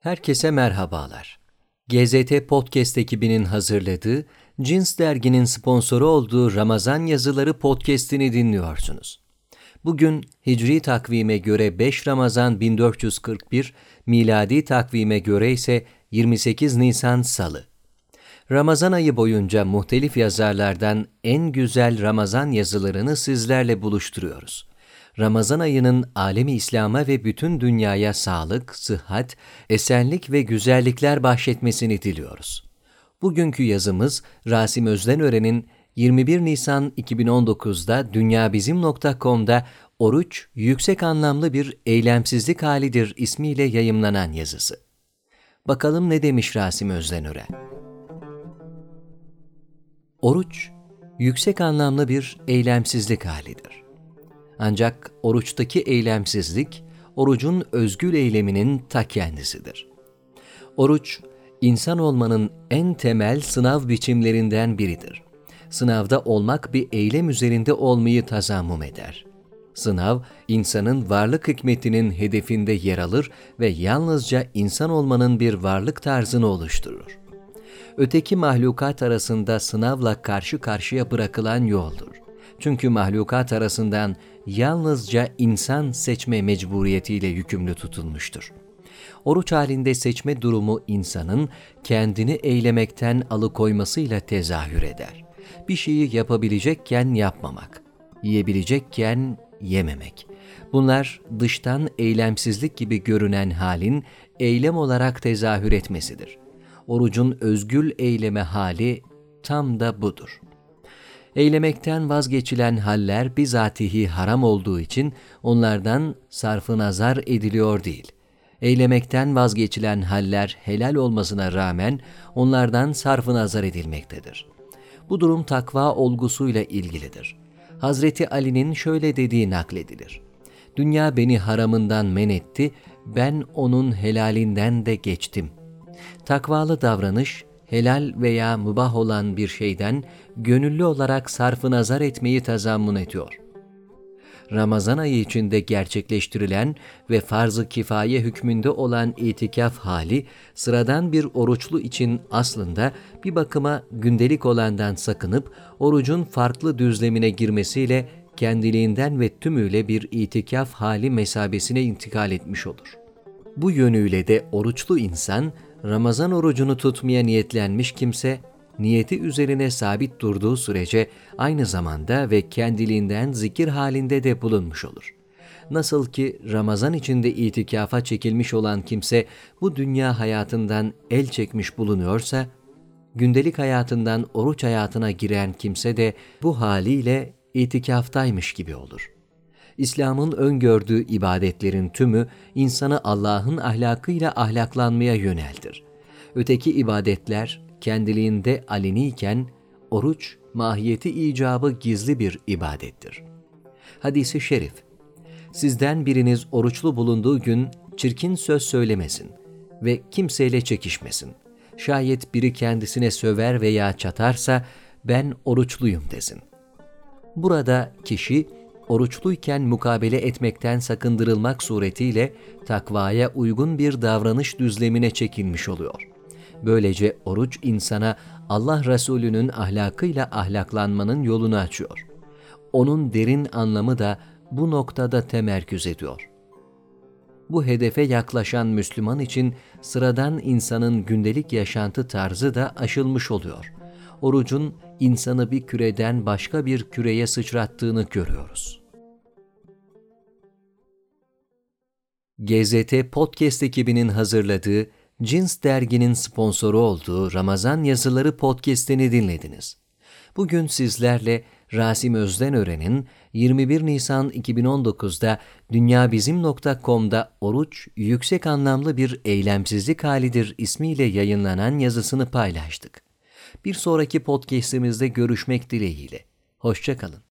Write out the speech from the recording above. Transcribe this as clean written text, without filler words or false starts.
Herkese merhabalar. GZT Podcast ekibinin hazırladığı, Cins Dergi'nin sponsoru olduğu Ramazan Yazıları Podcast'ini dinliyorsunuz. Bugün Hicri takvime göre 5 Ramazan 1441, miladi takvime göre ise 28 Nisan Salı. Ramazan ayı boyunca muhtelif yazarlardan en güzel Ramazan yazılarını sizlerle buluşturuyoruz. Ramazan ayının alemi İslam'a ve bütün dünyaya sağlık, sıhhat, esenlik ve güzellikler bahşetmesini diliyoruz. Bugünkü yazımız Rasim Özdenören'in 21 Nisan 2019'da dünyabizim.com'da oruç yüksek anlamlı bir eylemsizlik halidir ismiyle yayımlanan yazısı. Bakalım ne demiş Rasim Özdenören? Oruç, yüksek anlamlı bir eylemsizlik halidir. Ancak oruçtaki eylemsizlik, orucun özgül eyleminin ta kendisidir. Oruç, insan olmanın en temel sınav biçimlerinden biridir. Sınavda olmak bir eylem üzerinde olmayı tazammum eder. Sınav, insanın varlık hikmetinin hedefinde yer alır ve yalnızca insan olmanın bir varlık tarzını oluşturur. Öteki mahlukat arasında sınavla karşı karşıya bırakılan yoldur. Çünkü mahlukat arasından yalnızca insan seçme mecburiyetiyle yükümlü tutulmuştur. Oruç halinde seçme durumu insanın kendini eylemekten alıkoymasıyla tezahür eder. Bir şeyi yapabilecekken yapmamak, yiyebilecekken yememek. Bunlar dıştan eylemsizlik gibi görünen halin eylem olarak tezahür etmesidir. Orucun özgül eyleme hali tam da budur. Eylemekten vazgeçilen haller bizatihi haram olduğu için onlardan sarf-ı nazar ediliyor değil. Eylemekten vazgeçilen haller helal olmasına rağmen onlardan sarf-ı nazar edilmektedir. Bu durum takva olgusuyla ilgilidir. Hazreti Ali'nin şöyle dediği nakledilir. Dünya beni haramından men etti, ben onun helalinden de geçtim. Takvalı davranış, helal veya mübah olan bir şeyden gönüllü olarak sarf-ı nazar etmeyi tazammun ediyor. Ramazan ayı içinde gerçekleştirilen ve farz-ı kifaye hükmünde olan itikaf hali, sıradan bir oruçlu için aslında bir bakıma gündelik olandan sakınıp, orucun farklı düzlemine girmesiyle kendiliğinden ve tümüyle bir itikaf hali mesabesine intikal etmiş olur. Bu yönüyle de oruçlu insan, Ramazan orucunu tutmaya niyetlenmiş kimse, niyeti üzerine sabit durduğu sürece aynı zamanda ve kendiliğinden zikir halinde de bulunmuş olur. Nasıl ki Ramazan içinde itikafa çekilmiş olan kimse bu dünya hayatından el çekmiş bulunuyorsa, gündelik hayatından oruç hayatına giren kimse de bu haliyle itikaftaymış gibi olur. İslam'ın öngördüğü ibadetlerin tümü insanı Allah'ın ahlakıyla ahlaklanmaya yöneltir. Öteki ibadetler kendiliğinde aleniyken oruç mahiyeti icabı gizli bir ibadettir. Hadis-i şerif: sizden biriniz oruçlu bulunduğu gün çirkin söz söylemesin ve kimseyle çekişmesin. Şayet biri kendisine söver veya çatarsa ben oruçluyum desin. Burada kişi oruçluyken mukabele etmekten sakındırılmak suretiyle takvaya uygun bir davranış düzlemine çekilmiş oluyor. Böylece oruç insana Allah Resulü'nün ahlakıyla ahlaklanmanın yolunu açıyor. Onun derin anlamı da bu noktada temerküz ediyor. Bu hedefe yaklaşan Müslüman için sıradan insanın gündelik yaşantı tarzı da aşılmış oluyor. Orucun insanı bir küreden başka bir küreye sıçrattığını görüyoruz. GZT Podcast ekibinin hazırladığı, Cins Dergi'nin sponsoru olduğu Ramazan Yazıları Podcast'ini dinlediniz. Bugün sizlerle Rasim Özdenören'in 21 Nisan 2019'da dünyabizim.com'da oruç yüksek anlamlı bir eylemsizlik halidir ismiyle yayınlanan yazısını paylaştık. Bir sonraki podcast'imizde görüşmek dileğiyle. Hoşça kalın.